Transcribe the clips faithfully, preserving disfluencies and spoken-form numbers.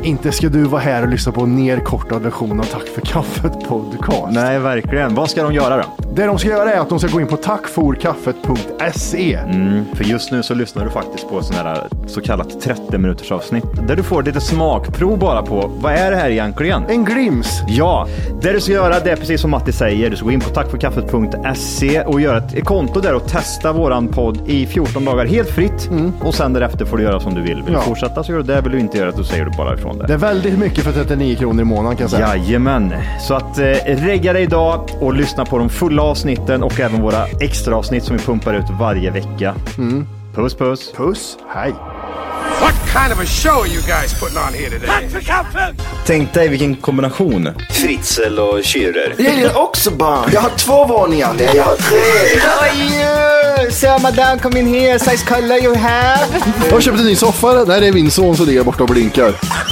Inte ska du vara här och lyssna på en nerkortad version av Tack för kaffet podcast. Nej, verkligen. Vad ska de göra då? Det de ska göra är att de ska gå in på tackforkaffet punkt se. Mm, för just nu så lyssnar du faktiskt på sån här så kallat trettio minuters avsnitt där du får lite smakprov bara på vad är det här egentligen? En glims. Ja, det du ska göra det är precis som Matti säger. Du ska gå in på tackforkaffet punkt se och göra ett, ett konto där och testa våran podd i fjorton dagar helt fritt. Mm. Och sen därefter får du göra som du vill. Vill ja. du fortsätta så gör du det. Vill du inte göra det, då säger du bara ifrån det. Det är väldigt mycket för trettionio kronor i månaden kan jag säga. Jajamän. Så att eh, regga dig idag och lyssna på de fulla avsnitten och även våra extra avsnitt som vi pumpar ut varje vecka. Mm. Puss, puss. Puss, hej. What kind of a show are you guys putting on here today? Tack för kaffet! Tänk dig vilken kombination. Fritzl och Schürrer. Jag gillar också barn. Jag har två våningar. Nej, jag har tre. Oj, so madame, come in here. Size color you have. Jag har köpt en ny soffa. Nej, det är min son som ligger borta och blinkar.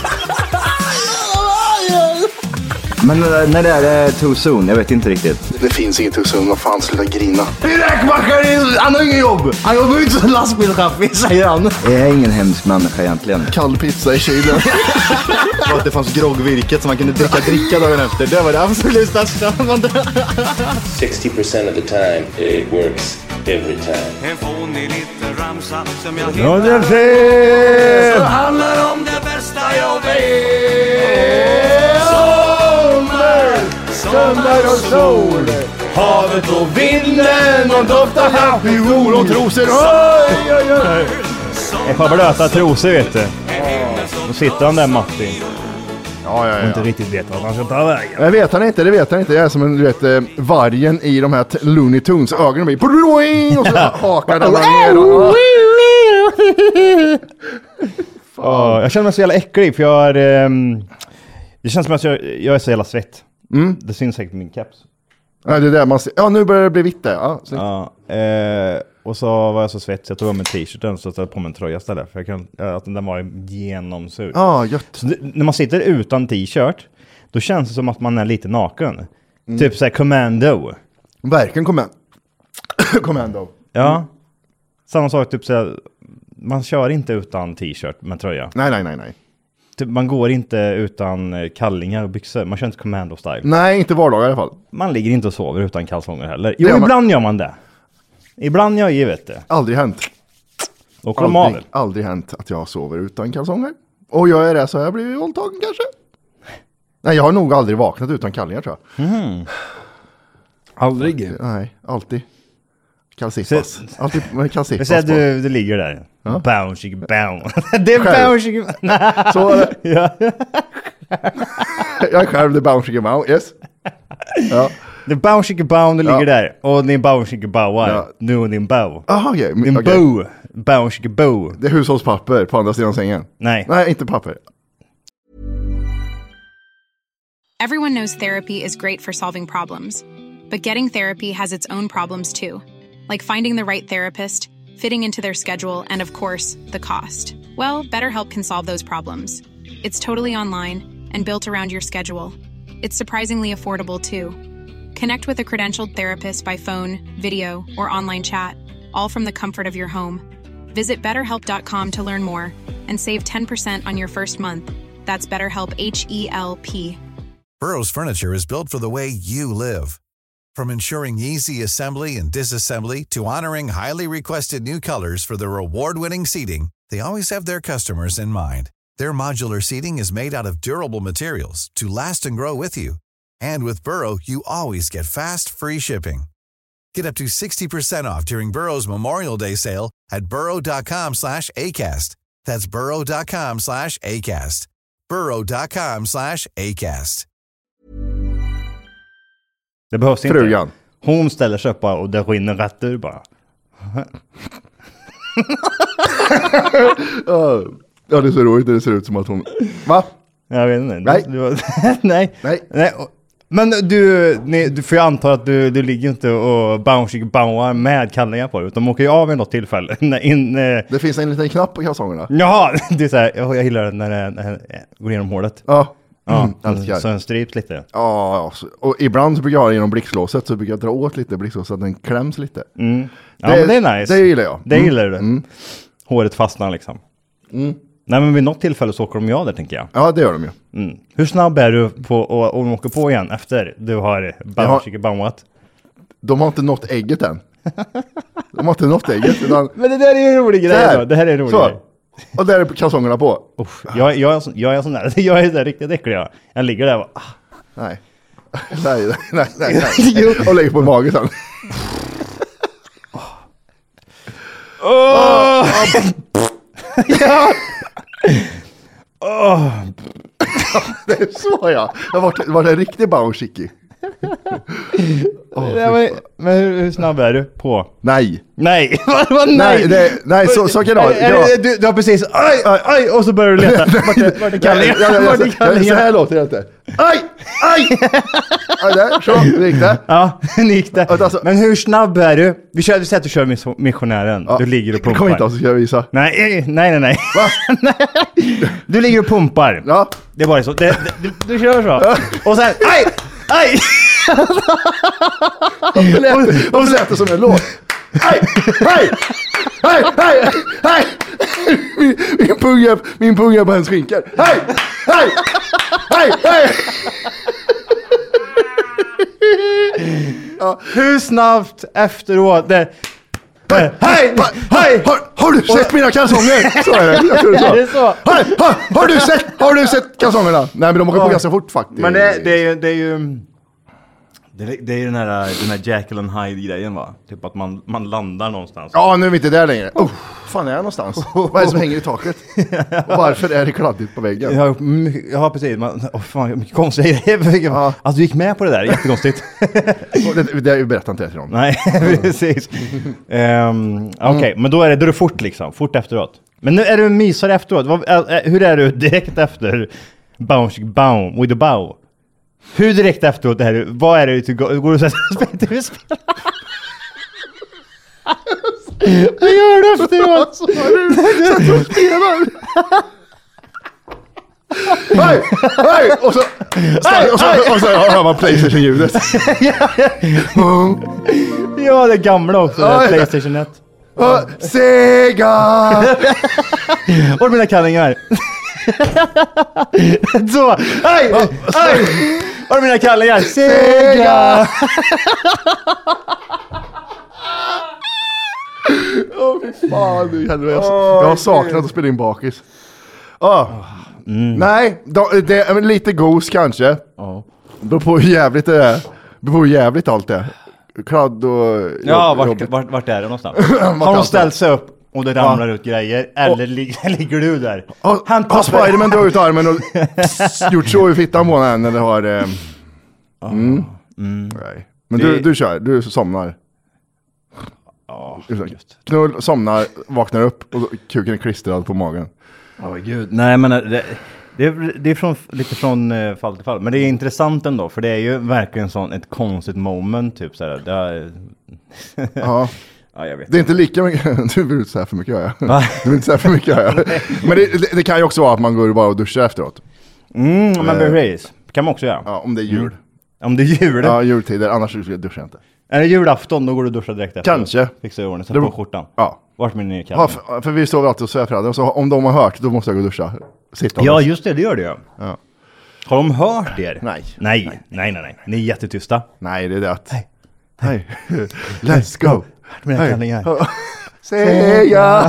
Men när det är too soon, jag vet inte riktigt. Det finns inget too soon, vad fan sluta grina. Räkmackare, han har ingen jobb. Han jobbar inte som lastbilschaffis, säger han. Jag är ingen hemsk människa egentligen. Kall pizza i kylen. Och att det fanns groggvirket som man kunde dricka dricka dagen efter. Det var det absolut största. sixty percent of the time it works every time. En fånig liten ramsa som jag Ja, det är som handlar om det bästa jag vet. Sommar och sol, havet och vinden och doftar happy wool och trosor. Oj, oj, oj. Ett par blöta trosor, vet du. Då sitter han där, Matti. Ja, ja, ja. Och inte riktigt vet vad han ska ta vägen. Jag vet han inte, det vet han inte. Jag är som en, du vet, eh, vargen i de här t- Looney Tunes. Ögonen blir ploing och så hakar den ner. Och... Oh, jag känner mig så jävla äcklig för jag är... Um, det känns som att jag, jag är så jävla svett. Mm. Det syns säkert min caps. Ja, det är där man ser. Ja, nu börjar det bli vitt där. Ja, ja, eh, och så var jag så svett så jag tog av mig t-shirten så satte på mig en tröja istället. För jag kan, att den var genomsur. Ja, ah, gött. Så det, när man sitter utan t-shirt, då känns det som att man är lite naken. Mm. Typ såhär commando. Verkligen commando. Commando. Ja. Mm. Samma sak, typ såhär, man kör inte utan t-shirt med tröja. Nej, nej, nej, nej. Typ, man går inte utan kallingar och byxor. Man kör inte commando-style. Nej, inte vardagar i alla fall. Man ligger inte och sover utan kalsonger heller. Jo, ja, ibland man... gör man det. Ibland gör jag vet det. Aldrig hänt. Och aldrig, av. aldrig hänt att jag sover utan kalsonger. Och jag är det så har jag blivit våldtagen kanske. Nej, jag har nog aldrig vaknat utan kallingar tror jag. Mm. Aldrig? Nej, alltid. Kalsifas. Alltid med kalsifas. Så du, du ligger där. Ja? Bow, chicken, bow. Det är bow, chicken, så är det. Ja. Jag är själv, det är bow, chicken, bow. Yes. Ja. Det är bow, chicken, bow, du ligger ja. där. Och din bow, chicken, bow. Ja. Nu är din bow. Aha, okay. Din okay. bow. Bow, chicken, bow. Det är hushållspapper på andra sidan sängen. Nej. Nej, inte papper. Everyone knows therapy is great for solving problems. But getting therapy has its own problems too. Like finding the right therapist, fitting into their schedule, and of course, the cost. Well, BetterHelp can solve those problems. It's totally online and built around your schedule. It's surprisingly affordable too. Connect with a credentialed therapist by phone, video, or online chat, all from the comfort of your home. Visit better help dot com to learn more and save ten percent on your first month. That's BetterHelp, H E L P. Burrow's furniture is built for the way you live. From ensuring easy assembly and disassembly to honoring highly requested new colors for their award-winning seating, they always have their customers in mind. Their modular seating is made out of durable materials to last and grow with you. And with Burrow, you always get fast, free shipping. Get up to sixty percent off during Burrow's Memorial Day sale at burrow dot com slash acast. That's burrow dot com slash acast. burrow dot com slash acast. Det behövs Frugan. inte. Hon ställer sig upp och det rinner rätt ur bara. Ja, det är så roligt. Det ser ut som att hon... Va? Jag vet inte. Nej. Du, du, nej. Nej. Nej. Men du, ni, du får ju anta att du, du ligger inte och bouncing bouncing med kallingar på dig. Utan de åker ju av i något tillfälle. In, eh... Det finns en liten knapp på kalsongerna. Jaha, det är så här, jag, jag gillar det när det, när det går igenom hålet. Ja. Ja, mm, så den stryps lite. Ja, och ibland så brukar jag ha genom blixtlåset så brukar jag dra åt lite blixtlåset så att den kläms lite. Mm. Ja, det, men det är nice. Det gillar jag. Det mm. gillar du. Mm. Håret fastnar liksom. Mm. Nej, men vid något tillfälle så åker de ju där, tänker jag. Ja, det gör de ju. Mm. Hur snabb är du på att åka på igen efter du har baumat? De har inte nått ägget än. De har inte nått ägget. Utan... Men det där är ju en rolig grej då. Det här är en rolig grej. Och där är kalsongerna på. Uff, jag, jag, är så, jag är sån där. Jag är där riktigt äcklig. Jag, jag ligger där och bara... Ah. Nej. nej, nej, nej, nej. Och lägger på magen sen. Åh! Ja! Åh! Det är så, ja. Det var, var det en riktig bauschicki. Oh, men, men hur, hur snabb är du på? Nej. Nej. Vad var nej? Nej, det, nej så, så kan det vara. Du, du har precis, aj, aj, aj, och så börjar du leta. Vart är, vart är kallingen? Ja, ja, ja, så, så här låter det inte. Aj, aj. Ja, där, så, det gick det. Ja, det gick det. Alltså, men hur snabb är du? Vi kör, vi säger att du kör missionären. Ja, du ligger och pumpar. Kom inte av så ska jag visa. Nej, nej, nej, nej. Va? Du ligger och pumpar. Ja. Det är bara så. Det, det, du, du kör så. Ja. Och sen, aj, aj. Och så lät det som en låt. Hej, hej, hej, hej, hej. Min, min punga, min punga på hennes skinkar. Hej, hej, hej, hej. Ja. Hur snabbt efteråt det... Hej, hej, hej. Har, har du sett mina kalsonger? Så är det. Jag tror det är så. Är det så? Hej, har, har du sett, har du sett kalsongerna? Nej, men de åker på ganska fort faktiskt. Men det, det är ju, det är ju... Det, det är ju den här, den här Jekyll and Hyde-grejen, va? Typ att man, man landar någonstans. Ja, nu är vi inte där längre. Oh, fan är jag någonstans? Vad är det som hänger i taket? Och varför är det kladdigt på väggen? Ja, ja precis. Man, oh, fan, mycket konstiga grejer. Ja. Alltså, du gick med på det där. Jättekonstigt. det, det är ju berättat inte till dem. Nej, precis. um, Okej, okay, mm. men då är det, då är det fort liksom. Fort efteråt. Men nu är du mysare efteråt. Vad, äh, hur är du direkt efter bounce, bounce, with the bow? Hur direkt efteråt det här, vad är det du går, går du och sätter tv-spel? Vad gör du efteråt? Sätter och spelar. Hej, hej! Och så, och så, och så hör man PlayStation-ljudet. Ja, det gamla också, det här PlayStation ett. Sega! Var är mina kallingar? Så, hej, hej! Var är mina kallingar? Sega! Åh, fy fan. Jag, jag har saknat att spela in bakis. Oh. Mm. Nej, då, det är lite gos kanske. Oh. Det beror på hur jävligt det är. Det beror på hur jävligt allt är. Kladd och... Ja, vart, vart, vart är det någonstans? Har de ställt sig upp och det ramlar ja. ut grejer? Eller oh. ligger du där? Oh, har Spiderman dragit ut armen och gjort så i fittan på den? Eller har... Eh, mm. Mm. Nej. Men det... du, du kör, du somnar. Ja, just. Knull, somnar, vaknar upp och kuken är klistrad på magen. Åh oh, gud, nej men det, det, är, det är från, lite från uh, fall till fall. Men det är intressant ändå, för det är ju verkligen sån, ett konstigt moment typ sådär. Det är... Ja. Ja, jag vet. Det är inte lika mycket, du vill inte säga för mycket, jag. Du vill inte säga för mycket, jag. Men det, det, det kan ju också vara att man går bara och duschar efteråt. Mm, men precis. Kan man också göra. Ja, om det är jul. Mm. Om det är jul? Ja, jultider, annars vill jag duscha inte. Är det julafton, då går du och duschar direkt efter. Kanske. Fixar i ordning, sätter på skjortan. Ja. Vart med ner ja, för, för vi sover alltid hos svärföräldrar, så om de har hört, då måste jag gå och duscha. Sitta ja, just det, det gör det ju. Ja. Har de hört er? Nej. Nej, nej, nej, nej. nej. Ni är jättetysta. Nej, det är det att... Hej. Hej. Let's go. Mina kallingar. Sega!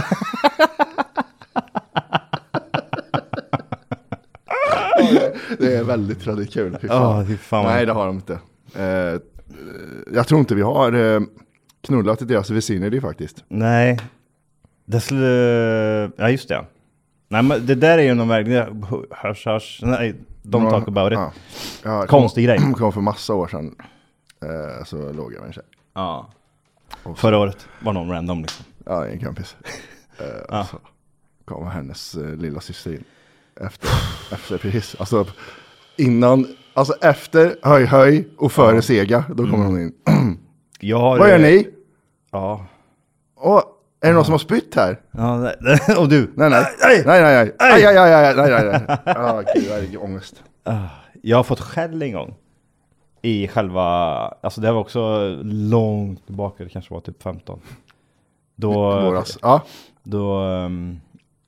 Det är väldigt tradikul. Oh, fan. Nej, det har de inte. Eh, jag tror inte vi har eh, knullat i deras vicinity faktiskt. Nej. Det skulle... Ja, just det. Nej, men det där är ju någon verkligen... Hörs, hörs. Nej, don't talk about it. Ja. Ja, konstig grej. Det kom för massa år sedan. Eh, så låg jag med en tjej. Ja. Förra året var någon random liksom. Ja, en kompis. Eh, ja. Så kom hennes eh, lilla syster in. Efter, efter precis. Alltså innan, alltså efter höj höj och före ja. Sega, då kommer mm. hon in. Jag har, vad gör ni? Ja. Och är det någon som har spytt här? Ja, nej. Och du? Nej, nej. Nej, nej, nej. Nej, nej, nej, nej, nej, nej. Ja, gud, jag har ångest. Jag har fått skäll en gång. I själva, alltså det var också långt tillbaka, det kanske var typ femton. Då, Våras. Ja. Då, um,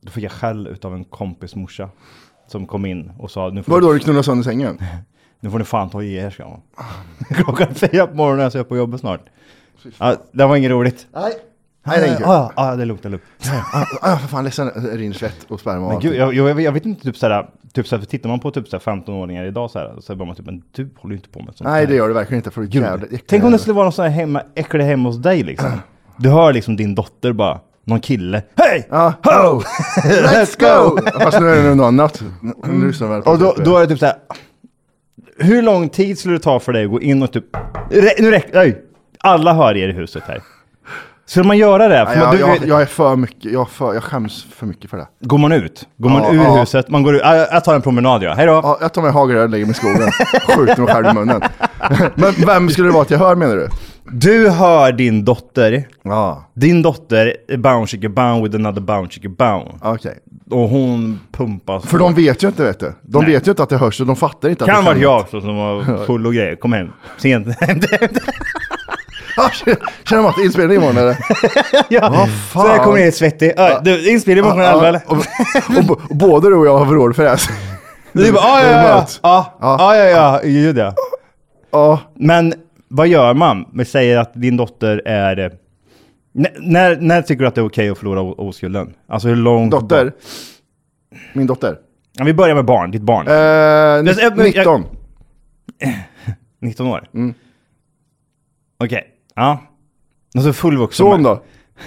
Då fick jag skäll utav en kompis morsa som kom in och sa... Nu får Var det då du knullade sönder sängen? Nu får ni fan ta i er, ska man. Klockan fyra på morgonen så är jag på jobbet snart. Ja, det var inget roligt. Nej. Nej, det är inget kul. Ja, ja, det är lugnt, det är lugnt. Ja, för fan, ledsen, rinner svett och sperma. Men gud, jag, jag, jag vet inte, typ såhär, typ såhär, tittar man på typ såhär femton-åringar idag såhär, så är man typ, men du håller ju inte på med sånt. Nej, det gör du verkligen inte, för du jävla... Tänk om det skulle vara någon sån här hemma, äcklig hemma hos dig liksom. Du hör liksom din dotter bara, någon kille. Hej! Ja, ho! Let's go! Fast nu är det något annat. Nu lyssnar väl på och då, då är det typ såhär, hur lång tid skulle det ta för dig att gå in och typ, nu räcker det, alla hör er i huset här. Skulle man göra det? För ja, man, du, jag, jag är för mycket, jag, för, jag skäms för mycket för det. Går man ut? Går man ja, ur ja. huset? Man går ut, jag, jag tar en promenad, ja. Hej då! Ja, jag tar mig hager och lägger mig i skogen. Skjuter mig själv i munnen. Men vem skulle det vara att jag hör, menar du? Du hör din dotter. Ja. Din dotter är bound chicka bound with another bound chicka bound. Okej. Okay. Och hon pumpas. För de vet ju inte, vet du. De Nej. vet ju inte att det hörs, och de fattar inte att kan det vara jag så som var full och grejer. Kom hem. Sent. Ah, känner man att inspelning imorgon eller? Ja, oh, fan. Så jag kommer ner svettig. Ja. Du, inspelning imorgon ah, elva eller? Och, och, och, och både du och jag har vråd för det här. Du bara, ah, ja, ja, ja. Ja, ja, ja, ja, ja. Ja. Men vad gör man? Vi säger att din dotter är... N- när, när tycker du att det är okej att förlora oskulden? Alltså hur långt... Dotter? Min dotter? Ja, vi börjar med barn, ditt barn. Eh, nitton. nitton år? Mm. Okej, okay. Ja. Alltså fullvuxen. Son då?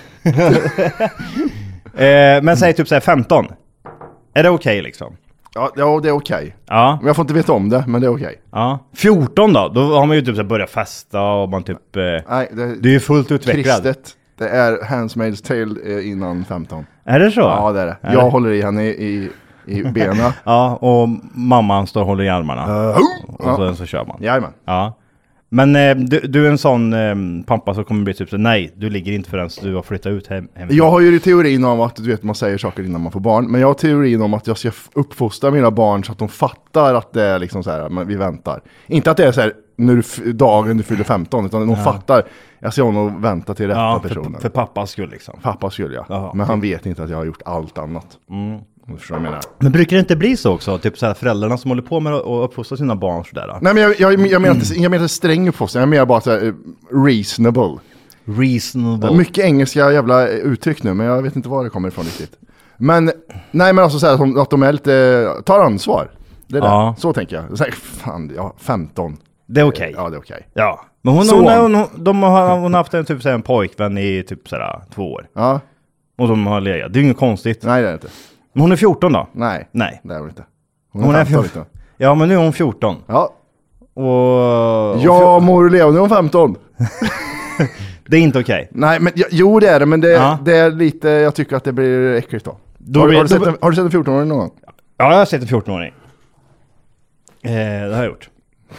eh, men säg typ såhär femton. Är det okej okay, liksom? Ja, ja, det är okej. Okay. Ja. Men jag får inte veta om det, men det är okej. Okay. Ja. fjorton då? Då har man ju typ så börjat festa och man typ... Eh, Nej, det, du är ju fullt utvecklad. Kristet. Det är Handmaid's Tale innan femton. Är det så? Ja, det är det. Är jag det? håller i henne i, i benen. Ja, och mamman står och håller i armarna. Uh, och ja. så, så kör man. Jajamän. Ja. Men eh, du, du är en sån eh, pappa som kommer bli typ så nej, du ligger inte förrän du har flyttat ut hem, hem. Jag har ju teorin om att du vet, man säger saker innan man får barn. Men jag har teorin om att jag ska uppfostra mina barn så att de fattar att det är liksom så här, men vi väntar. Inte att det är så här, när du, dagen du fyller femton, utan de ja. fattar. Jag ser honom vänta till rätta ja, personen. För, för pappas skull liksom. Pappas skull, ja. Aha. Men han vet inte att jag har gjort allt annat. Mm. Jag menar. Men brukar det inte bli så också? Typ så här föräldrarna som håller på med att uppfostra sina barn sådär. Nej, men jag, jag, jag menar inte, jag menar inte sträng uppfostran. Jag menar bara så här, reasonable. Reasonable. Mycket engelska jävla uttryck nu, men jag vet inte var det kommer ifrån riktigt. Men, nej men alltså så här, att de är lite, tar ansvar. Det är ja. det. Så tänker jag. Så här, fan, ja, femton. Det är okej. Okay. Ja, det är okej. Okay. Ja. Men hon, hon, hon, hon, de har, hon har haft en, typ, så här, en pojkvän i typ sådär, två år. Ja. Och de har legat. Det är ju inget konstigt. Nej, det är det inte. Men hon är fjorton då? Nej, Nej. det är hon inte. Hon är, hon är fjorton. Ja, men nu är hon fjorton. Ja. Och... och ja, mor och Leo, nu är hon femton. Det är inte okej. Okay. Nej, men jo det är det, men det, ja. det är lite, jag tycker att det blir äckligt då. då har, blir, har, du sett en, har du sett en fjorton-åring någon gång? Ja, jag har sett en fjorton-åring. Eh, det har jag gjort.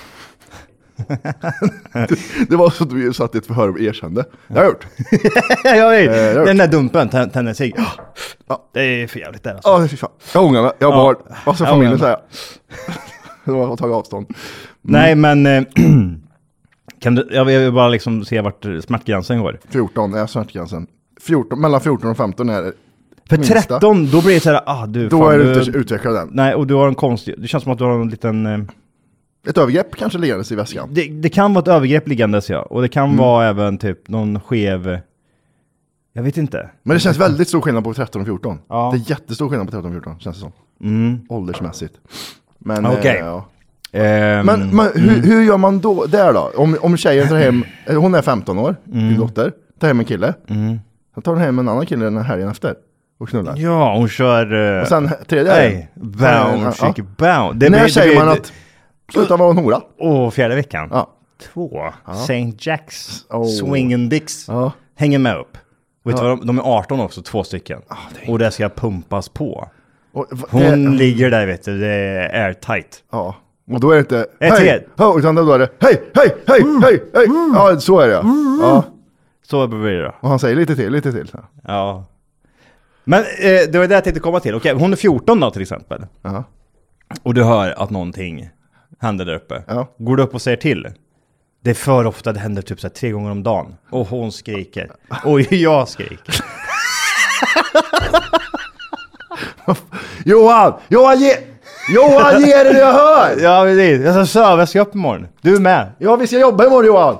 det, det var så att du satt i ett förhör och erkände. Det har jag gjort. jag vet. Eh, jag Den där dumpen, tända sig. Ja. Det är för jävligt där alltså. Ja, fy fan. Jag har ungarna, jag har ja. barn. Vad ska familjen säga? Det var att ta avstånd. Mm. Nej, men eh, kan du, jag vill bara liksom se vart smärtgränsen går. fjorton är smärtgränsen. fjorton, mellan fjorton och femton är för minsta. tretton, då blir det så här, ah du. Då fan, är du du inte utvecklad än. Nej, och du har en konstig, det känns som att du har en liten... Eh, ett övergrepp kanske liggandes i väskan. Det, det kan vara ett övergrepp liggandes, ja. Och det kan mm. vara även typ någon skev... Jag vet inte. Men det känns väldigt stor skillnad på tretton och fjorton. Ja. Det är jättestor skillnad på tretton och fjorton, känns det som. Mm. Åldersmässigt. Men, okej. Okay. Eh, ja. Um, men, men hur, mm. hur gör man då där då? Om, om tjejen tar hem, hon är femton år, mm. din dotter, tar hem en kille. Mm. Så tar hon hem en annan kille den här helgen efter. Och knullar. Ja, hon kör... Uh, och sen tredje helgen. Bound, ja. bound. Det När blir, säger det blir, man att sluta vara en hora? Och fjärde veckan. Ja. Två. Ja. Saint Jacks. Oh. Swingin' Dicks. Ja. Hänger med upp. Vet du ja. vad, de är arton också, två stycken. Oh, det och det ska pumpas på. Och, hon det, ligger där, vet du. Det är airtight. Ja. Och då är det inte hej, hej, utan då är det hej, hej, hej, hej, hej. Ja, så är det. Ja. Så blir det då. Och han säger lite till, lite till. Ja. Men eh, det var det jag tänkte komma till. Okej, hon är fjorton då till exempel. Ja. Och du hör att någonting händer där uppe. Ja. Går du upp och säger till? Det är för ofta, det händer typ så här tre gånger om dagen. Och hon skriker. Och jag skriker. Johan! Johan, ge... Johan, ge det jag hör! Ja, precis. Jag ska söva, jag ska upp imorgon. Du är med. Ja, vi ska jobba imorgon, Johan.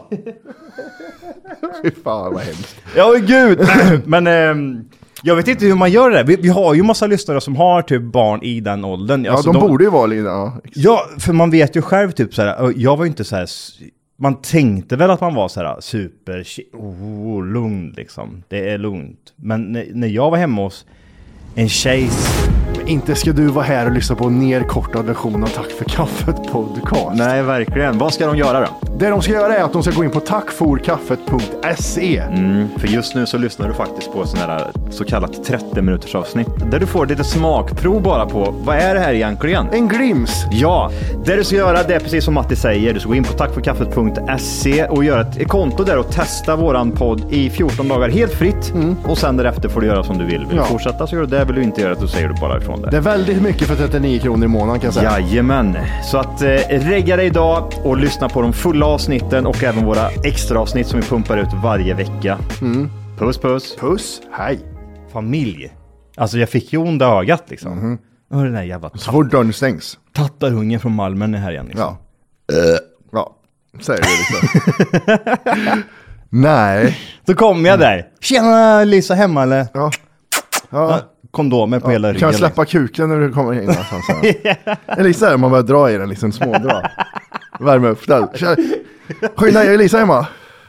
Fy fan, vad hemskt. Ja, gud. Men ähm, jag vet inte hur man gör det. Vi, vi har ju massa lyssnare som har typ barn i den åldern. Ja, alltså, de, de borde ju vara lite... Ja. ja, för man vet ju själv typ så här. Jag var ju inte så här... Man tänkte väl att man var så här super... Oh, lugn liksom. Det är lugnt. Men när, när jag var hemma hos en tjej... Inte ska du vara här och lyssna på en nerkortad version av Tack för kaffet podcast. Nej, verkligen. Vad ska de göra då? Det de ska göra är att de ska gå in på tackforkaffet punkt se. Mm, för just nu så lyssnar du faktiskt på sån här så kallat trettio minuters avsnitt där du får lite smakprov bara på vad är det här egentligen? En glims. Ja, det du ska göra det är precis som Matti säger. Du ska gå in på tackforkaffet punkt se och göra ett konto där och testa våran podd i fjorton dagar helt fritt. Mm. Och sen därefter får du göra som du vill. Vill du ja. fortsätta så gör du det. Vill du inte göra det, då säger du bara ifrån det. Det är väldigt mycket för trettionio kronor i månaden kan jag säga. Jajamän. Så att eh, regga dig idag och lyssna på de fulla avsnitten och även våra extra avsnitt som vi pumpar ut varje vecka. Mm. Puss, puss. Puss, hej. Familj. Alltså jag fick ju onda ögat liksom. Mm. Och den där jävla tatt- så fort dörren stängs. Tattarhungen från Malmen är här igen liksom. Ja. Uh. Ja, säger det liksom. Nej. Så kom jag där. Tjena, Lisa hemma eller? Ja. Ja. Kondomer på ja. hela ryggen. Kan jag släppa kuken när du kommer in? Elisa, man börjar dra i den liksom, smådra. Värme upp den. Skynda, är Elisa hemma?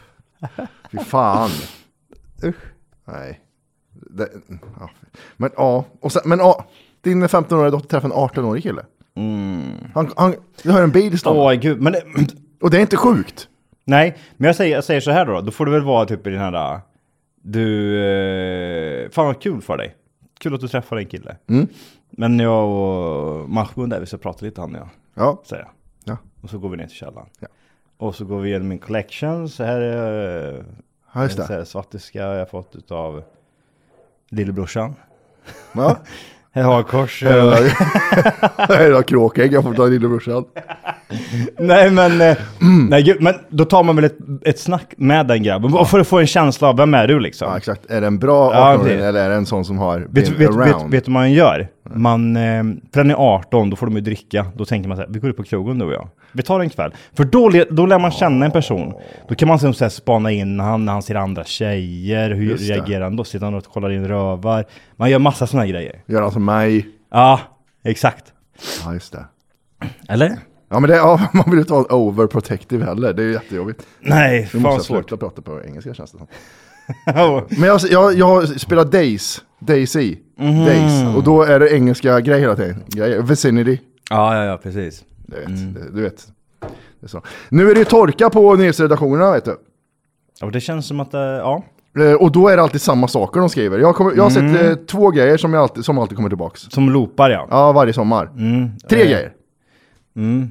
Fy fan. Usch. Nej. Det, ja. Men ja, och sen, men ja, din femtonåriga dotter träffar en artonårig kille. Mm. Han, han, du har en bil i stan. Åh gud, men det, och det är inte sjukt. Nej, men jag säger, jag säger så här då. Då får du väl vara typ i den här... Du... Eh, fan vad kul för dig. Kul att du träffar en kille. Mm. Men jag och Mahmoud där, vi ska prata lite han och jag. Ja. Säger jag. Ja. Och så går vi ner till källaren. Ja. Och så går vi igenom min collection. Så här är ja, just det. En svartiska jag har fått utav lillebrorsan. Ja. Jag har kors. Jag har kråkägg, jag får ta lillebrorsan. Nej men, mm. nej, gud, men då tar man väl ett, ett snack med den grabben. Ja. För att få en känsla av, vem är du liksom? Ja exakt, är det en bra arton-åring ja, eller är det en sån som har vet, vet, vet, vet, vet du vad man gör? Man, eh, för den är arton, då får de ju dricka. Då tänker man så här, vi går ut på krogen du och jag. Vi tar en kväll. För då, då lär man känna en person. Då kan man så här, spana in han när han ser andra tjejer. Hur reagerar han då? Sitter han och kollar in rövar? Man gör massa såna grejer. Gör han som mig? Ja, exakt. Ja, just det. Eller? Ja, men det, ja, man vill inte vara overprotective heller. Det är ju jättejobbigt. Nej, fan svårt. måste sluta prata på engelska känns det som. Men jag, jag, jag spelar Days. Daisy. Mm. Days. Och då är det engelska grejer hela tiden. Grejer. Vicinity. Ja, ja, ja, precis. Du vet, mm. det, du vet. Det är så. Nu är det torka på nyhetsredaktionerna, vet du. Ja, det känns som att, ja. Och då är det alltid samma saker de skriver. Jag, kommer, jag har mm. sett eh, två grejer som, jag alltid, som alltid kommer tillbaks. Som loopar, ja. Ja, varje sommar. Mm. Tre eh. grejer. Mm.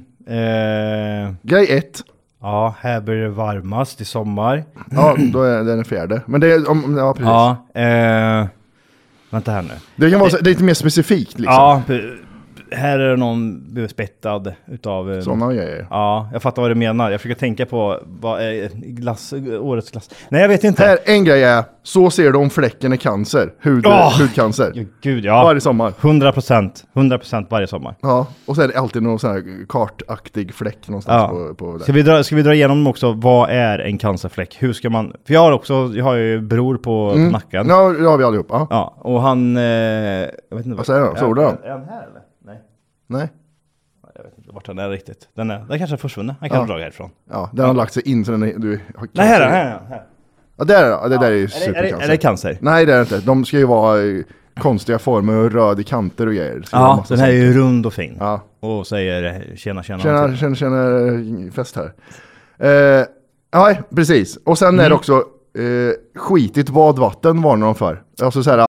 Eh. Grej ett. Ja, här blir det varmast i sommar. Ja, då är det den fjärde. Men det är, om, ja precis. Ja, eh. Vänta här nu. Det kan vara det, det är lite mer specifikt liksom. Ja, här är det någon bespettad utav... Sådana grejer. Ja, jag fattar vad du menar. Jag försöker tänka på vad är glass, årets glass. Nej, jag vet inte. Här, en grej är, så ser du om fläcken är cancer. Hud, oh! Hudcancer. Ja, gud, ja. Varje sommar. hundra procent. hundra procent varje sommar. Ja, och så är det alltid någon sån här kartaktig fläck någonstans. Ja. På, på ska, vi dra, ska vi dra igenom också, vad är en cancerfläck? Hur ska man... För jag har också, jag har ju bror på, mm. på nacken. Ja, det har vi allihop. Ja, ja och han... Eh, jag vet inte vad, vad säger han? Solar han? Är han här eller? Nej. Nej. Jag vet inte vart den är riktigt. Den, är, den kanske är försvunnen. Han kan ja. dra härifrån. Ja, den har lagt sig in så den är, du har Nej, här, här, här. Ja, där, ja, det ja. där är ju supercancer. Är det, är det cancer? Nej, det är det inte. De ska ju vara i konstiga former och röd i kanter och grejer. Ja, den här är ju rund och fin. Ja. Och säger tjena, tjena. Tjena, tjena, tjena, fest här. Eh, ja, precis. Och sen mm. är det också eh, skitigt badvatten varnar de för. Alltså så här.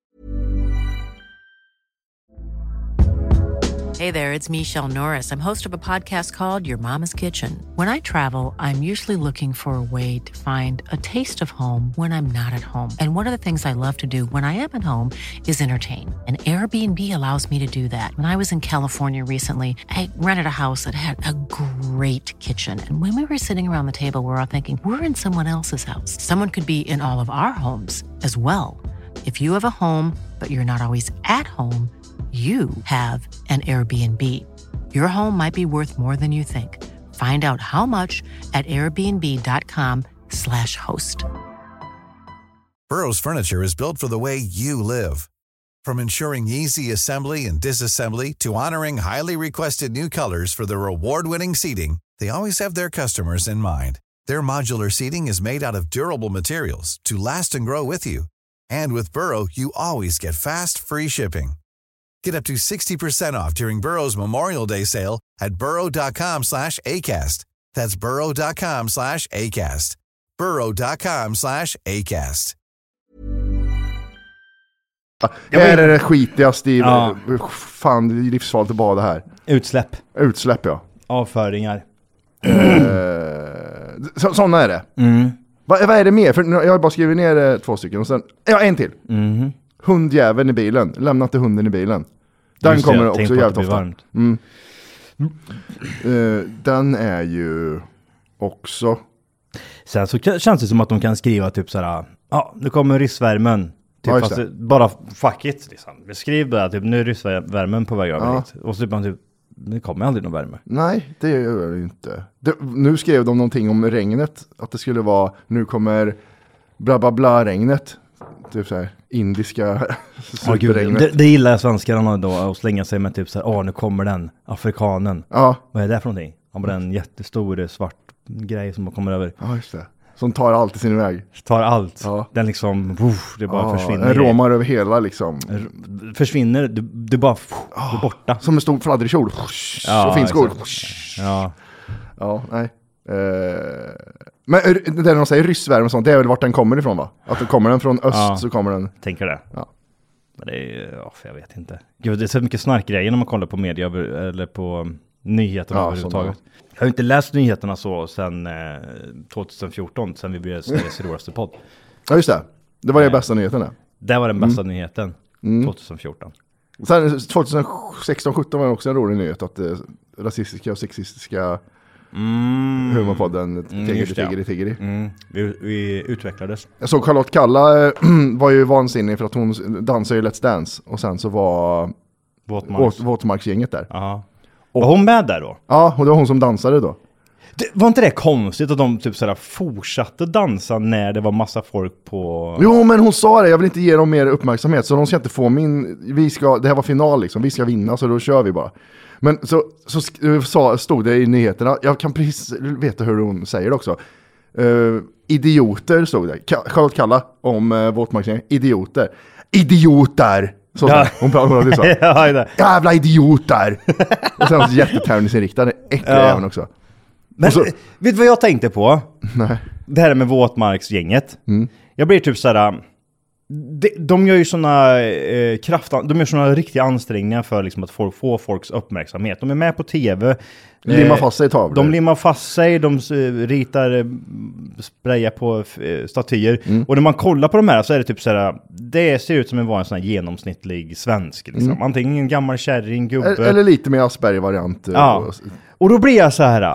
Hey there, it's Michelle Norris. I'm host of a podcast called Your Mama's Kitchen. When I travel, I'm usually looking for a way to find a taste of home when I'm not at home. And one of the things I love to do when I am at home is entertain. And Airbnb allows me to do that. When I was in California recently, I rented a house that had a great kitchen. And when we were sitting around the table, we were all thinking, we're in someone else's house. Someone could be in all of our homes as well. If you have a home, but you're not always at home, you have an Airbnb. Your home might be worth more than you think. Find out how much at airbnb.com slash host. Burrow's furniture is built for the way you live. From ensuring easy assembly and disassembly to honoring highly requested new colors for their award-winning seating, they always have their customers in mind. Their modular seating is made out of durable materials to last and grow with you. And with Burrow, you always get fast, free shipping. Get up to sixty percent off during Burrow's Memorial Day sale at burrow.com slash ACAST. That's burrow.com slash ACAST. burrow.com slash ACAST. Det här är det skitigaste i... Ja. Fan, det är livsfarligt att bada här. Utsläpp. Utsläpp, ja. Avföringar. Eh, så, såna är det. Mm. Vad, vad är det mer? För jag har bara skrivit ner eh, två stycken och sen... Ja, en till. Mm. Hundjäveln i bilen. Lämna inte hunden i bilen. Den Just kommer det, också jävligt ofta. Mm. Uh, den är ju också... Sen så känns det som att de kan skriva typ såhär... Ja, nu kommer ryssvärmen. Typ, Ja, fast det, bara fuck it liksom. Beskriv bara typ, nu är ryssvärmen på väg över Ja. hit. Och så typ man typ... Det kommer aldrig någon värme. Nej, det gör det ju inte. Det, nu skrev de någonting om regnet. Att det skulle vara... Nu kommer bla bla bla regnet. Typ så här indiska superregnet. Det, det gillar svenskarna då att slänga sig med typ så här, åh nu kommer den afrikanen. Ja. Vad är det för någonting? Han bara en jättestor svart grej som kommer över. Ja, just det. Som tar allt i sin väg. Tar allt. Ja. Den liksom, woof, det bara ja, försvinner. Den råmar över hela liksom. R- försvinner, du, du bara, woof, oh, du är borta. Som en stor fladdrig kjol. Ja, och finskor. Ja. Ja, nej. Uh, men det där de säger ryssvärme och sånt, det är väl vart den kommer ifrån va? Att den kommer den från öst ja, så kommer den... Tänker det. Ja. Men det är ja, för jag vet inte. Gud, det är så mycket snarkgrejer när man kollar på media eller på nyheterna ja, överhuvudtaget. Jag har inte läst nyheterna så sedan eh, tjugo fjorton, sen vi blev Sveriges roligaste podd. Ja, just det. Det var det eh, bästa nyheten. Det var den bästa mm. nyheten, mm. tjugo fjorton. Sen tjugohundrasexton sjutton var det också en rolig nyhet att eh, rasistiska och sexistiska mm. humorpodden Tiggeri, Tiggeri, Tiggeri. Mm. Vi, vi utvecklades. Jag såg Charlotte Kalla äh, var ju vansinnig för att hon dansade i Let's Dance och sen så var Våtmarks. Våtmarksgänget där. Aha. Och, var hon med där då? Ja, och det var hon som dansade då. Det, var inte det konstigt att de typ sådär fortsatte dansa när det var massa folk på... Jo, men hon sa det, jag vill inte ge dem mer uppmärksamhet så de ska inte få min... Vi ska, det här var final liksom, vi ska vinna så då kör vi bara. Men så, så, så stod det i nyheterna, jag kan precis veta hur hon säger det också. Uh, idioter stod det. Charlotte Kalla om uh, våtmarksgänget. Idioter. Idioter! Så ja. Hon pratade så. Ja, jävla idioter! Och sen så jättetävlingsinriktad. Äckliga ja. Även också. Men så, vet du vad jag tänkte på? Nej. Det här med våtmarksgänget. Mm. Jag blir typ såhär... De, de gör ju såna eh, kraft, de gör såna riktiga ansträngningar för liksom, att folk får folks uppmärksamhet. De är med på tv. Limmar fast sig i tavlor. De limmar fast sig, de uh, ritar, uh, sprayar på uh, statyer. Mm. Och när man kollar på de här så är det typ såhär, det ser ut som en var en sån här genomsnittlig svensk. Liksom. Mm. Antingen en gammal kärring, gubbe. Eller, eller lite mer Asperger-variant. Ja. Och, och då blir jag så här.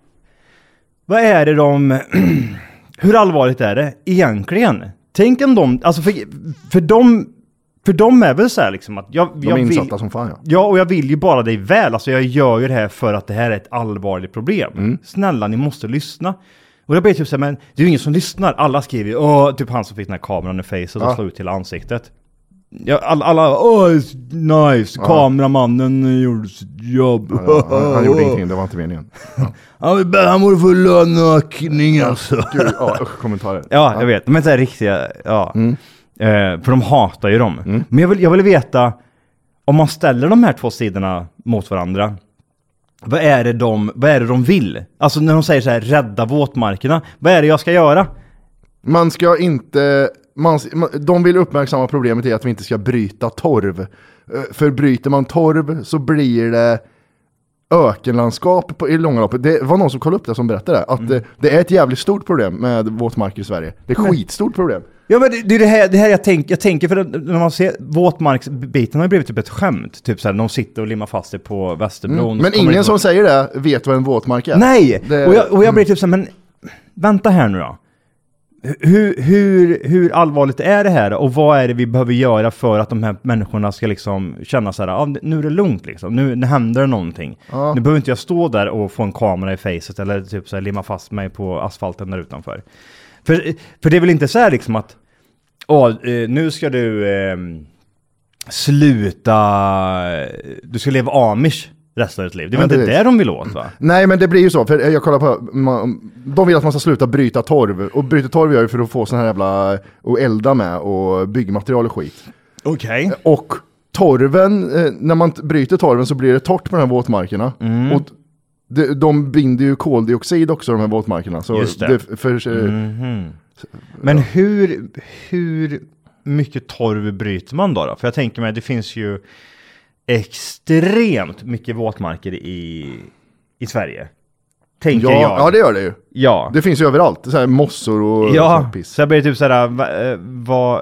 Vad är det de... hur allvarligt är det egentligen? Tänk om de, alltså för, för de för de är väl så här liksom att jag, de jag är insatta vill, som fan ja. Ja, och jag vill ju bara dig väl, alltså jag gör ju det här för att det här är ett allvarligt problem. Mm. Snälla, ni måste lyssna. Och det blir typ så här, men det är ju ingen som lyssnar. Alla skriver ju, åh, typ han som fick den här kameran i face och ja. slår ut till ansiktet. Ja, alla, alla åh, nice, ja. Kameramannen gjorde sitt jobb. Ja, ja, han, han gjorde ingenting, det var inte meningen. Ja. Han, han borde få löneökning alltså. Gud, ja, kommentarer. Ja, jag vet. De är så här riktiga, ja. Mm. Eh, för de hatar ju dem. Mm. Men jag vill, jag vill veta, om man ställer de här två sidorna mot varandra, vad är det de, vad är det de vill? Alltså när de säger så här, rädda våtmarkerna, vad är det jag ska göra? Man ska inte... Man, de vill uppmärksamma problemet i att vi inte ska bryta torv. För bryter man torv så blir det ökenlandskap på, i långa loppet. Det var någon som kollade upp det som berättade att mm. det, det är ett jävligt stort problem med våtmarker i Sverige. Det är ett skitstort problem. Ja, men det, det är det här, det här jag, tänk, jag tänker, för när man ser våtmarksbiten har blivit typ ett skämt. Typ såhär, de sitter och limmar fast sig på Västerbron. Mm. Men ingen som säger det vet vad en våtmark är. Nej! Det, och, jag, och jag blir typ såhär, men vänta här nu då. Hur, hur, hur allvarligt är det här? Och vad är det vi behöver göra för att de här människorna ska liksom känna så här, ah, nu är det lugnt liksom. Nu, nu händer det någonting. Ja. Nu behöver inte jag stå där och få en kamera i facet eller typ så här, limma fast mig på asfalten där utanför. För, för det är väl inte så här liksom att åh, nu ska du eh, sluta, du ska leva amish resten av ditt liv. Det är väl inte det de vill åt, va? Nej, men det blir ju så. För jag kollar på, man, de vill att man ska sluta bryta torv. Och bryta torv gör ju för att få sån här jävla, och elda med och byggmaterial och skit. Okej. Okay. Och torven, när man bryter torven så blir det torrt på de här våtmarkerna. Mm. Och de, de binder ju koldioxid också, de här våtmarkerna. Så just det. det för, mm-hmm. Men hur, hur mycket torv bryter man då, då? För jag tänker mig, det finns ju extremt mycket våtmarker i, i Sverige. Tänker ja, jag. Ja, det gör det ju. Ja. Det finns ju överallt. Så här mossor och ja, piss. Så jag blir typ såhär, vad... Va,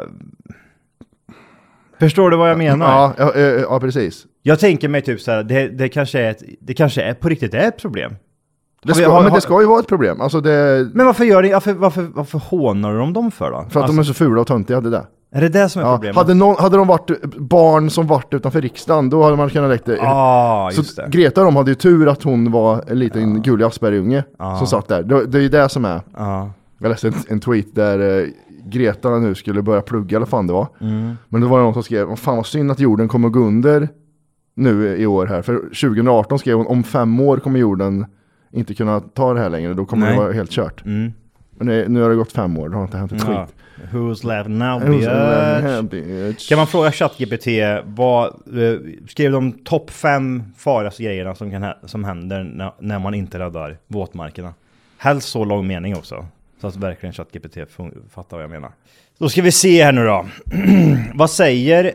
förstår du vad jag menar? Ja, ja, ja precis. Jag tänker mig typ såhär, det, det kanske är ett, det kanske är på riktigt är ett problem. Det ska, har, men det ska ju vara ett problem. Alltså det... Men varför gör ni, varför, varför, varför hånar de dem för då? För att alltså... de är så fula och töntiga, det där. Är det det som är ja, problemet? Hade, någon, hade de varit barn som varit utanför riksdagen, då hade man kunnat lägga det. Ah, så just det. Greta, de hade ju tur att hon var en liten ah. gullig Aspergerunge ah. som satt där. Det, det är ju det som är. Ah. Jag läste en, en tweet där eh, Greta nu skulle börja plugga, eller fan det var. Mm. Men det var någon som skrev, fan vad synd att jorden kommer gå under nu i år här. För tjugo arton skrev hon, om fem år kommer jorden inte kunna ta det här längre. Då kommer Nej. det vara helt kört. Mm. Men det, nu har det gått fem år, det har inte hänt ett skit. Ja. Who's left now, Who's bitch? bitch? Kan man fråga ChatGPT, vad eh, skrev de topp fem farligaste grejerna som, kan, som händer när, när man inte räddar våtmarkerna? Helst så lång mening också, så att verkligen ChatGPT fattar vad jag menar. Då ska vi se här nu då. Vad säger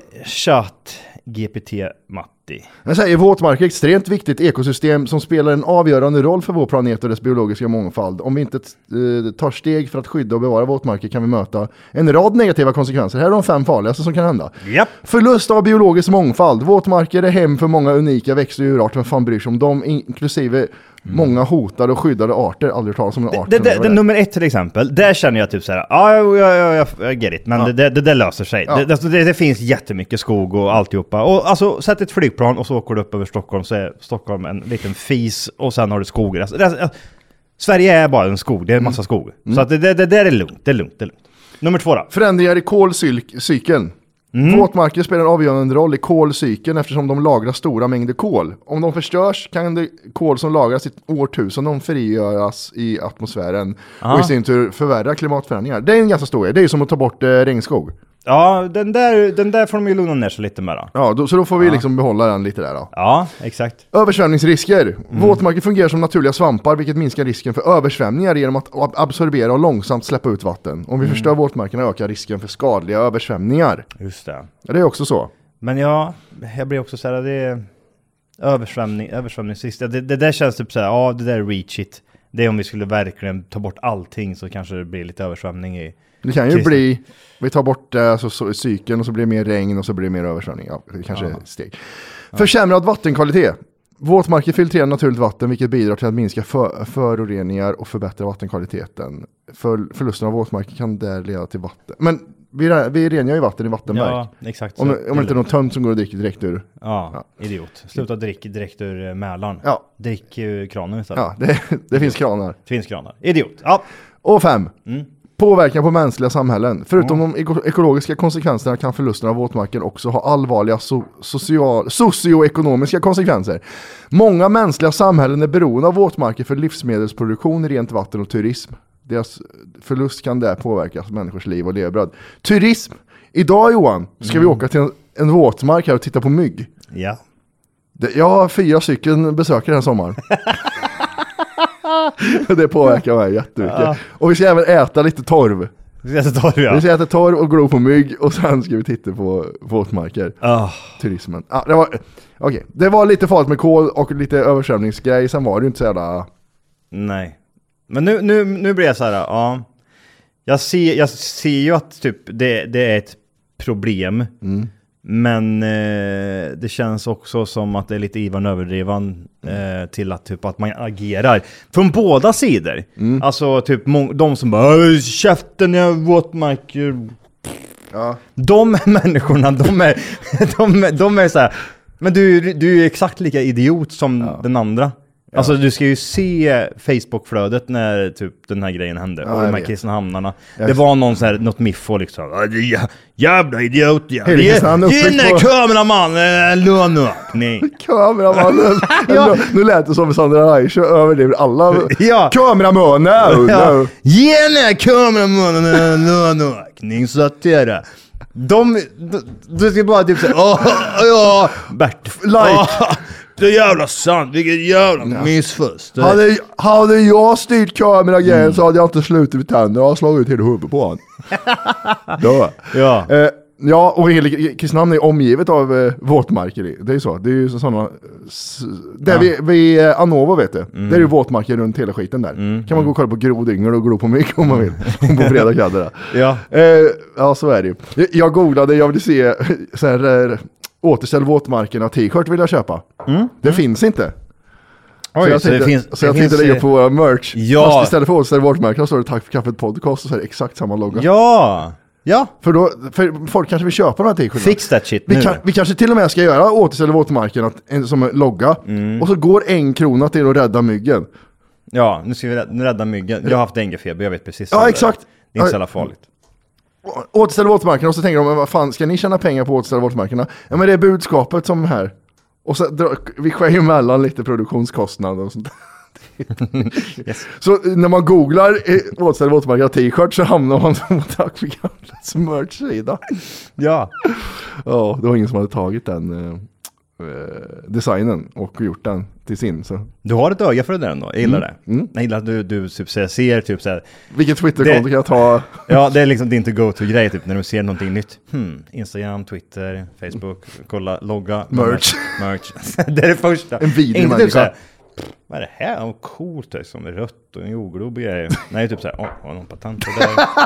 ChatGPT, Matti? Jag säger våtmarker är ett extremt viktigt ekosystem som spelar en avgörande roll för vår planet och dess biologiska mångfald. Om vi inte eh, tar steg för att skydda och bevara våtmarker kan vi möta en rad negativa konsekvenser. Här är de fem farligaste som kan hända. Yep. Förlust av biologisk mångfald. Våtmarker är hem för många unika växt- och djurarter. Vem fan bryr sig om dem, inklusive Mm. många hotade och skyddade arter, aldrig talas om en art. Det, det, det, nummer ett till exempel, där känner jag typ så här, ja, ja, ja, jag get it, men ja. det, det, det löser sig. Ja. Det, det, det finns jättemycket skog och alltihopa. Och alltså, sätt ett flygplan och så åker du upp över Stockholm, så är Stockholm en liten fis och sen har du skogar. Alltså, det, Sverige är bara en skog, det är en massa skog. Mm. Så att det, det, det där är lugnt, det är lugnt, det är lugnt. Nummer två då. Förändringar i kolcykeln. Mm. Våtmarker spelar en avgörande roll i kolcykeln eftersom de lagrar stora mängder kol. Om de förstörs kan det kol som lagras i årtusenden frigöras i atmosfäären ah. och i sin tur förvärra klimatförändringar. Det är en ganska stor grej. Det är ju som att ta bort eh, regnskog. Ja, den där, den där får de ju lugna ner sig lite med då. Ja, då, så då får vi ja. liksom behålla den lite där då. Ja, exakt. Översvämningsrisker. Mm. Våtmarker fungerar som naturliga svampar, vilket minskar risken för översvämningar genom att absorbera och långsamt släppa ut vatten. Om vi mm. förstör våtmarkerna ökar risken för skadliga översvämningar. Just det. Ja, det är också så. Men ja, jag blir också så här, det är översvämning, översvämningsrisk. Det, det där känns typ så här, ja, det där är reach it. Det är om vi skulle verkligen ta bort allting så kanske det blir lite översvämning i. Det kan ju Christen. bli, vi tar bort äh, så, så, cykeln och så blir det mer regn och så blir det mer översvämning. Ja, det kanske ja. är ett steg. Ja. Försämrad vattenkvalitet. Våtmarker filtrerar naturligt vatten vilket bidrar till att minska för, föroreningar och förbättra vattenkvaliteten. För, förlusten av våtmarker kan där leda till vatten. Men vi, vi rengör ju vatten i vattenverk. Ja, exakt. Om, om det inte är någon tönt som går och dricker direkt ur. Ja, ja. Idiot. Sluta dricka direkt ur Mälaren. Ja. Drick ur kranen istället. Ja, det, det finns kranar. Det finns kranar. Idiot. Ja. Och fem. Mm. Påverkan på mänskliga samhällen. Förutom mm. de eko- ekologiska konsekvenserna kan förlusten av våtmarken också ha allvarliga so- social- socioekonomiska konsekvenser. Många mänskliga samhällen är beroende av våtmarker för livsmedelsproduktion, rent vatten och turism. Deras förlust kan där påverka människors liv och levebröd. Turism. Idag, Johan, ska mm. vi åka till en, en våtmark här och titta på mygg. Ja. Det, jag har fyra stycken besökare den här sommaren. Det påverkar mig jättemycket. Ja. Och vi ska även äta lite torv. Vi ska äta torv, ja. Vi ska äta torv och glo på mygg och sen ska vi titta på våtmarker. Oh. Turismen. Ah, det, var, okay. det var lite farligt med kol och lite översvämningsgrej. Sen var det ju inte så jävla... Nej. Men nu, nu, nu blir jag så här, ja. Jag ser, jag ser ju att typ det, det är ett problem. Mm. Men eh, det känns också som att det är lite Ivan överdrivan eh, till att, typ, att man agerar från båda sidor. Mm. Alltså typ må- de som bara käften, jag våtmarker. Ja. De människorna, de är, de, de är så här, men du, du är exakt lika idiot som ja. den andra. Ja. Alltså du ska ju se Facebook-flödet när typ den här grejen hände. Ja, och de här Kristinehamnarna. Det var någon så här, något miffo liksom. Ja, jävla idiot. Ja. Ge, ge den här kameramannen en löneökning. Kameramannen. ja. Nu lät det som Sandra Reich överdriver alla. ja. Kameramannen. Ja. Ge den här kameramannen en löneökning så att det är det. De, du ska bara typ säga, åh, ja, Bert, like. Åh, det är jävla sant, vilket jävla ja. missförst. Hade, hade jag styrt kameragrejen mm. så hade jag inte slutit vid tänderna och slagit ut hela huvudet på honom. Då. Ja. Eh, ja, och Kristinehamn är omgivet av eh, våtmarker. Det är ju så. Det är ju sådana... S- där ja. vi, vi eh, Anova vet du. Mm. Det är ju våtmarker runt hela skiten där. Mm. Kan man gå och kolla på grodyngel och glo på mycket om man vill. på fredag kläder. ja. Eh, ja, så är det ju. Jag, jag googlade, jag ville se så här... Eh, återställ våtmarkerna t-shirt vill jag köpa. Mm. Det mm. finns inte. Oj, så jag så tänkte, det finns, så jag tänkte lägga på våra merch. Ja. Fast istället för återställ våtmarkerna står det tack för kaffet podcast och så är det exakt samma logga. Ja. Ja. För då för folk kanske vill köpa de här t-shirtarna. Fix that shit vi nu. Kan, vi kanske till och med ska göra återställ våtmarkerna som en logga. Mm. Och så går en krona till att rädda myggen. Ja, nu ska vi rädda, rädda myggen. Jag har haft denguefeber, jag vet precis. Ja, exakt. Det. det är inte så jävla farligt. Återställa våtmarkerna och så tänker de, men vad fan, ska ni tjäna pengar på återställa våtmarkerna? Ja, men det är budskapet som här. Och så drar, vi skär ju mellan lite produktionskostnader och sånt. yes. Så när man googlar återställa våtmarkerna t-shirt så hamnar man på tack för kaffets merch-sida. Ja. Ja, det var ingen som hade tagit den uh, designen och gjort den till sin. Så. Du har ett öga för det där ändå, jag gillar mm. det. Mm. Jag gillar att du, du typ, ser typ såhär. Vilket Twitter-konto kan jag ta? Ja, det är liksom din to-go-to-grej typ när du ser någonting nytt. Hmm, Instagram, Twitter, Facebook, kolla, logga. Merch. Merch. det är det första. En vidrig människa. Typ såhär, vad är det här? Oh, coolt det som är rött och en jordglob och grejer. Nej, typ såhär, åh, oh, har någon patent på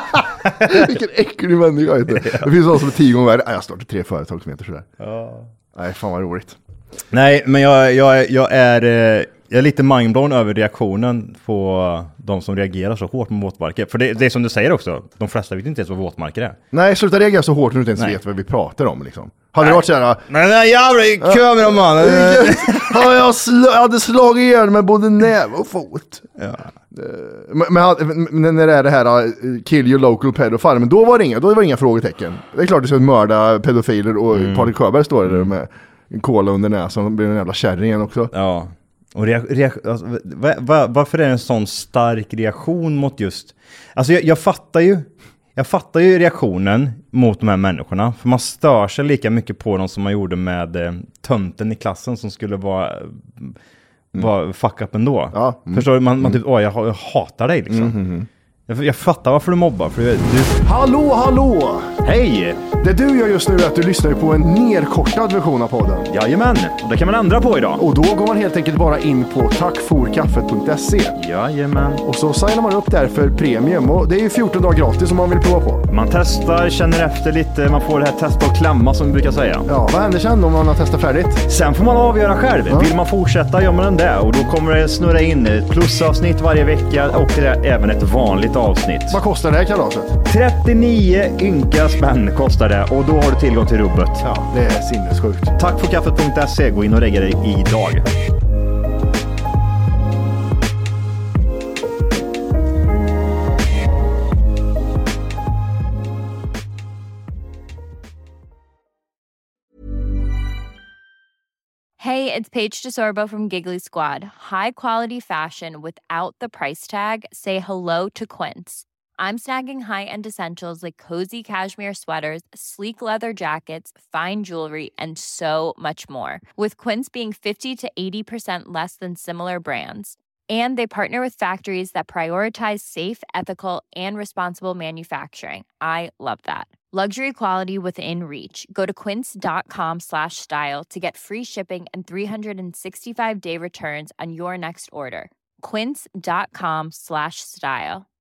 det? Vilken äcklig människa heter det. Det finns någon som är tio gånger värre. Jag startar tre företag som heter sådär. Ja. Nej, fan vad roligt. Nej, men jag, jag, jag, är, jag är lite mindblown över reaktionen på de som reagerar så hårt med våtmarker. För det, det är som du säger också, de flesta vet inte ens vad våtmarker är. Nej, sluta reagera så hårt när du inte ens Nej. vet vad vi pratar om liksom. Hade det varit såhär... Men den jävla kameraman! Ja, jag, sl- jag hade slagit igen med både näve och fot. Ja. Men, men, men när det är det här kill your local pedophile, men då var det inga, då var det inga frågetecken. Det är klart att du ska mörda pedofiler och mm. Patrik Sjöberg står där med en kola under näsan och blir en jävla kärringen också. Ja. Och rea- rea- alltså, va- va- varför är det en sån stark reaktion mot just... Alltså jag, jag fattar ju Jag fattar ju reaktionen mot de här människorna. För man stör sig lika mycket på dem som man gjorde med eh, tönten i klassen som skulle vara, mm. vara fuck up ändå. Ja. Mm. Förstår du? Man, man typ, åh jag, jag hatar dig liksom. Mm, mm, jag, jag fattar varför du mobbar. För du... Hallå, hallå! Hej! Det du gör just nu är att du lyssnar på en nerkortad version av podden. Jajamän, och det kan man ändra på idag. Och då går man helt enkelt bara in på tackforkaffet punkt se. Jajamän. Och så signar man upp där för premium. Och det är ju fjorton dagar gratis om man vill prova på. Man testar, känner efter lite, man får det här testa och klämma som vi brukar säga. Ja, vad händer sen om man har testat färdigt? Sen får man avgöra själv. Ja. Vill man fortsätta gör man den där. Och då kommer det snurra in ett plusavsnitt varje vecka och det är även ett vanligt avsnitt. Vad kostar det här kalaset? trettionio ynka spänn kostar det och då har du tillgång till rubbet. Ja, det är sinnessjukt. Tackforkaffet punkt se, gå in och regga dig idag. Hey, it's Paige DeSorbo from Giggly Squad. High quality fashion without the price tag. Say hello to Quince. I'm snagging high-end essentials like cozy cashmere sweaters, sleek leather jackets, fine jewelry, and so much more. With Quince being fifty to eighty percent less than similar brands. And they partner with factories that prioritize safe, ethical, and responsible manufacturing. I love that. Luxury quality within reach. Go to quince.com slash style to get free shipping and three sixty-five day returns on your next order. Quince.com slash style.